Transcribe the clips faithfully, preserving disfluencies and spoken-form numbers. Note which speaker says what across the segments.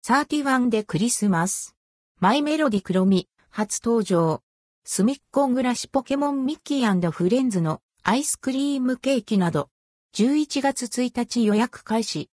Speaker 1: サーティワンでクリスマス。マイメロディクロミ、初登場。すみっこ暮らしポケモンミッキー&フレンズのアイスクリームケーキなど。じゅういちがつついたち予約開始。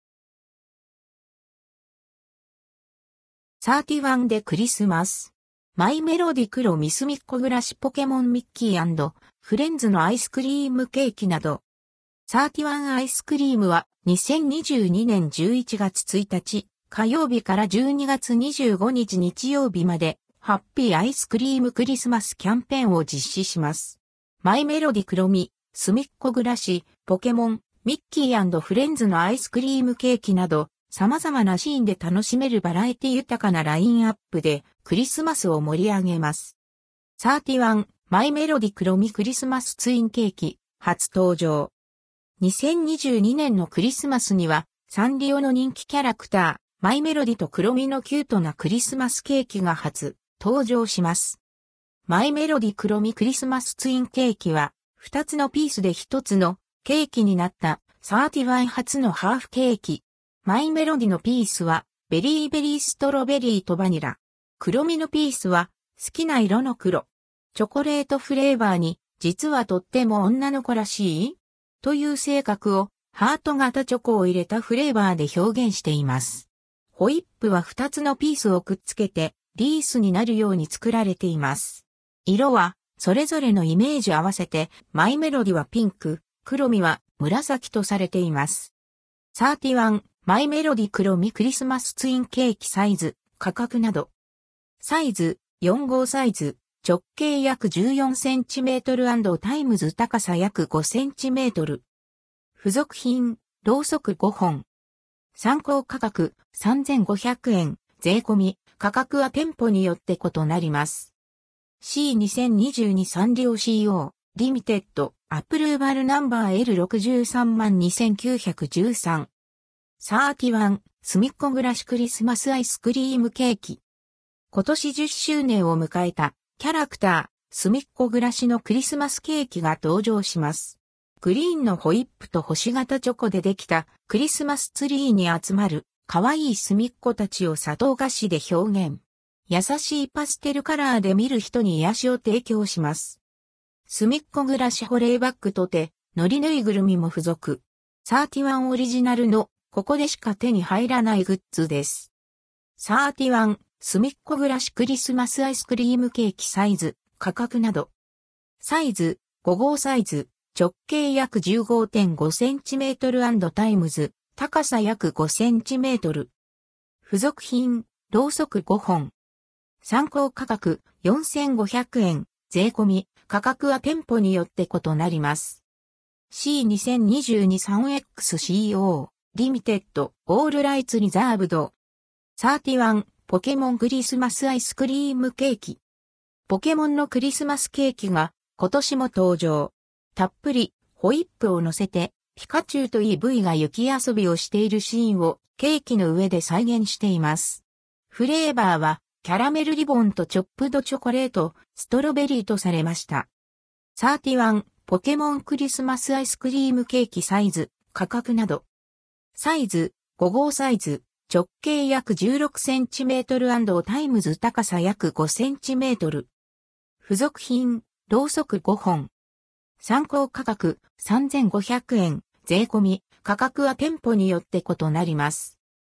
Speaker 1: サーティワンでクリスマス。マイメロディクロミすみっこ暮らしポケモンミッキー&フレンズのアイスクリームケーキなど。サーティワンアイスクリームはにせんにじゅうにねんじゅういちがつついたち火曜日からじゅうにがつにじゅうごにち日曜日までハッピーアイスクリームクリスマスキャンペーンを実施します。マイメロディクロミ、すみっこ暮らし、ポケモン、ミッキー&フレンズのアイスクリームケーキなど様々なシーンで楽しめるバラエティ豊かなラインアップでクリスマスを盛り上げます。サーティワンマイメロディクロミクリスマスツインケーキ初登場。にせんにじゅうにねんのクリスマスにはサンリオの人気キャラクターマイメロディとクロミのキュートなクリスマスケーキが初登場します。マイメロディクロミクリスマスツインケーキはふたつのピースでひとつのケーキになったサーティワン初のハーフケーキ。マイメロディのピースはベリーベリーストロベリーとバニラ。クロミのピースは好きな色の黒。チョコレートフレーバーに実はとっても女の子らしいという性格をハート型チョコを入れたフレーバーで表現しています。ホイップはふたつのピースをくっつけてリースになるように作られています。色はそれぞれのイメージ合わせてマイメロディはピンク、クロミは紫とされています。サーティワンマイメロディクロミクリスマスツインケーキサイズ、価格など。サイズ、よん号サイズ、直径約じゅうよんセンチメートル&タイムズ高さ約ごセンチメートル。付属品、ろうそくごほん。参考価格さんぜんごひゃくえん、税込み、価格は店舗によって異なります。シーにせんにじゅうに サンリオ シーオー、リミテッド、アプルーバルナンバー エルろくさんにせんきゅうひゃくじゅうさん。サーティワン、すみっこ暮らしクリスマスアイスクリームケーキ。今年じゅっしゅうねんを迎えたキャラクター、すみっこ暮らしのクリスマスケーキが登場します。グリーンのホイップと星型チョコでできたクリスマスツリーに集まる可愛いすみっこたちを砂糖菓子で表現。優しいパステルカラーで見る人に癒しを提供します。すみっこ暮らし保冷バッグとて、のりぬいぐるみも付属。サーティワンオリジナルのここでしか手に入らないグッズです。サーティワンすみっこ暮らしクリスマスアイスクリームケーキサイズ、価格など。サイズ、ご号サイズ。直径約 じゅうごてんごセンチメートル&タイムズ、高さ約ごセンチメートル。付属品、ろうそくごほん。参考価格よんせんごひゃくえん、税込み、価格は店舗によって異なります。シーにせんにじゅうに サンエックスシーオー、リミテッド、オールライツリザーブド。サーティワン、ポケモンクリスマスアイスクリームケーキ。ポケモンのクリスマスケーキが今年も登場。たっぷりホイップを乗せてピカチュウとイーブイが雪遊びをしているシーンをケーキの上で再現しています。フレーバーはキャラメルリボンとチョップドチョコレート、ストロベリーとされました。サーティワンポケモンクリスマスアイスクリームケーキサイズ、価格など。サイズ、ご号サイズ、直径約じゅうろくセンチメートル&タイムズ高さ約ごセンチメートル。付属品、ろうそくごほん。参考価格さんぜんごひゃくえん、税込み、価格は店舗によって異なります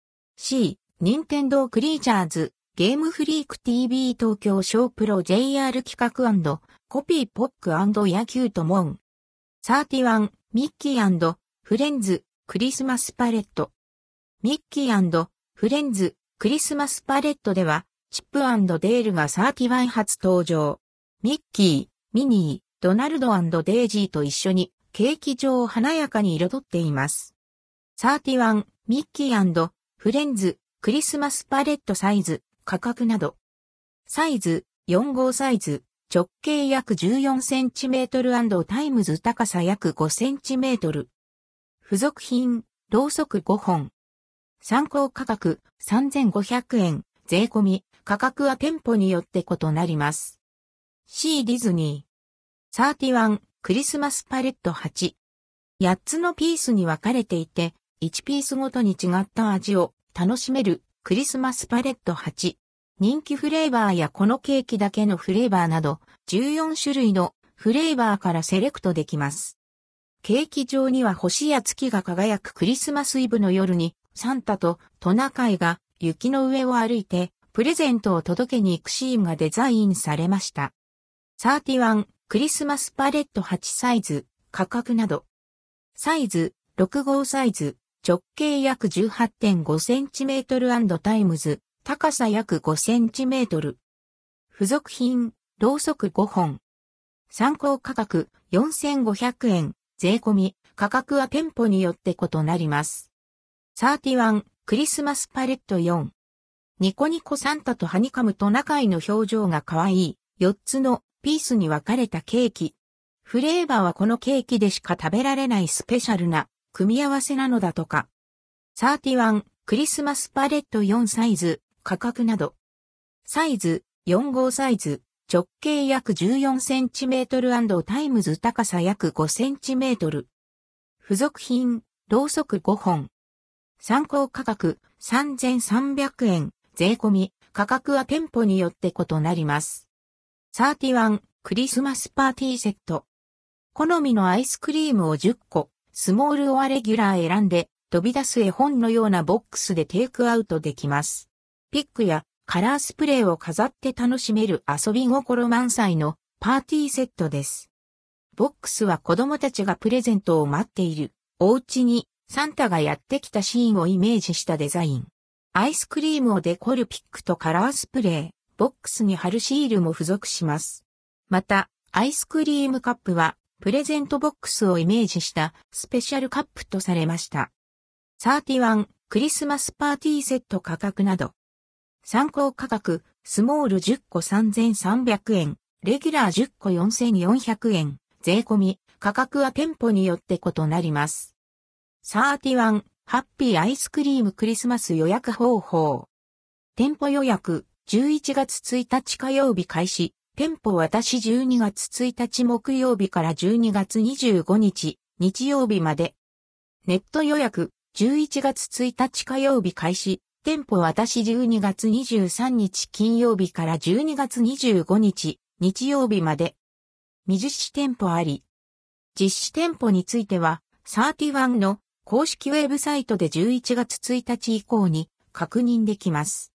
Speaker 1: 。C、任天堂クリーチャーズ、ゲームフリーク ティービー 東京ショープロ ジェイアール 企画&コピーポック&野球とモン。サーティワン、ミッキー&フレンズ、クリスマスパレット。ミッキー&フレンズ、クリスマスパレットでは、チップ&デールがサーティワン初登場。ミッキー、ミニー、ドナルド&デイジーと一緒にケーキ上を華やかに彩っています。サーティワン、ミッキー&フレンズ、クリスマスパレットサイズ、価格など。サイズ、よん号サイズ、直径約じゅうよんセンチメートル&タイムズ高さ約ごセンチメートル。付属品、ろうそくごほん。参考価格さんぜんごひゃくえん、税込み、価格は店舗によって異なります。C ディズニー。サーティワン、クリスマスパレットはち。やっつのピースに分かれていて、いちピースごとに違った味を楽しめるクリスマスパレットはち。人気フレーバーやこのケーキだけのフレーバーなどじゅうよんしゅるいのフレーバーからセレクトできます。ケーキ上には星や月が輝くクリスマスイブの夜にサンタとトナカイが雪の上を歩いてプレゼントを届けに行くシーンがデザインされました。さんじゅういちクリスマスパレットはちサイズ、価格など。サイズ、ろく号サイズ、直径約 じゅうはちてんごセンチメートル& タイムズ、高さ約ごセンチメートル。付属品、ろうそくごほん。参考価格よんせんごひゃくえん、税込み、価格は店舗によって異なります。さんじゅういちクリスマスパレットよん。ニコニコサンタとハニカムトナカイの表情が可愛いよっつのピースに分かれたケーキ。フレーバーはこのケーキでしか食べられないスペシャルな組み合わせなのだとか。さんじゅういちクリスマスパレットよんサイズ、価格など。サイズ、よん号サイズ、直径約じゅうよんセンチメートル& タイムズ高さ約ごセンチメートル。付属品、ろうそくごほん。参考価格さんぜんさんびゃくえん、税込み、価格は店舗によって異なります。さんじゅういちクリスマスパーティーセット。好みのアイスクリームをじゅっこ、スモールオアレギュラー選んで、飛び出す絵本のようなボックスでテイクアウトできます。ピックやカラースプレーを飾って楽しめる遊び心満載のパーティーセットです。ボックスは子供たちがプレゼントを待っているお家にサンタがやってきたシーンをイメージしたデザイン。アイスクリームをデコるピックとカラースプレー、ボックスに貼るシールも付属します。また、アイスクリームカップはプレゼントボックスをイメージしたスペシャルカップとされました。さんじゅういちクリスマスパーティーセット価格など。参考価格、スモールじゅっこさんぜんさんびゃくえん、レギュラーじゅっこよんせんよんひゃくえん、税込み、価格は店舗によって異なります。さんじゅういちハッピーアイスクリームクリスマス予約方法。店舗予約、じゅういちがつついたち火曜日開始。店舗私じゅうにがつついたち木曜日からじゅうにがつにじゅうごにち日曜日まで。ネット予約じゅういちがつついたち火曜日開始。店舗私じゅうにがつにじゅうさんにち金曜日からじゅうにがつにじゅうごにち日曜日まで。未実施店舗あり。実施店舗についてはさんじゅういちの公式ウェブサイトでじゅういちがつついたち以降に確認できます。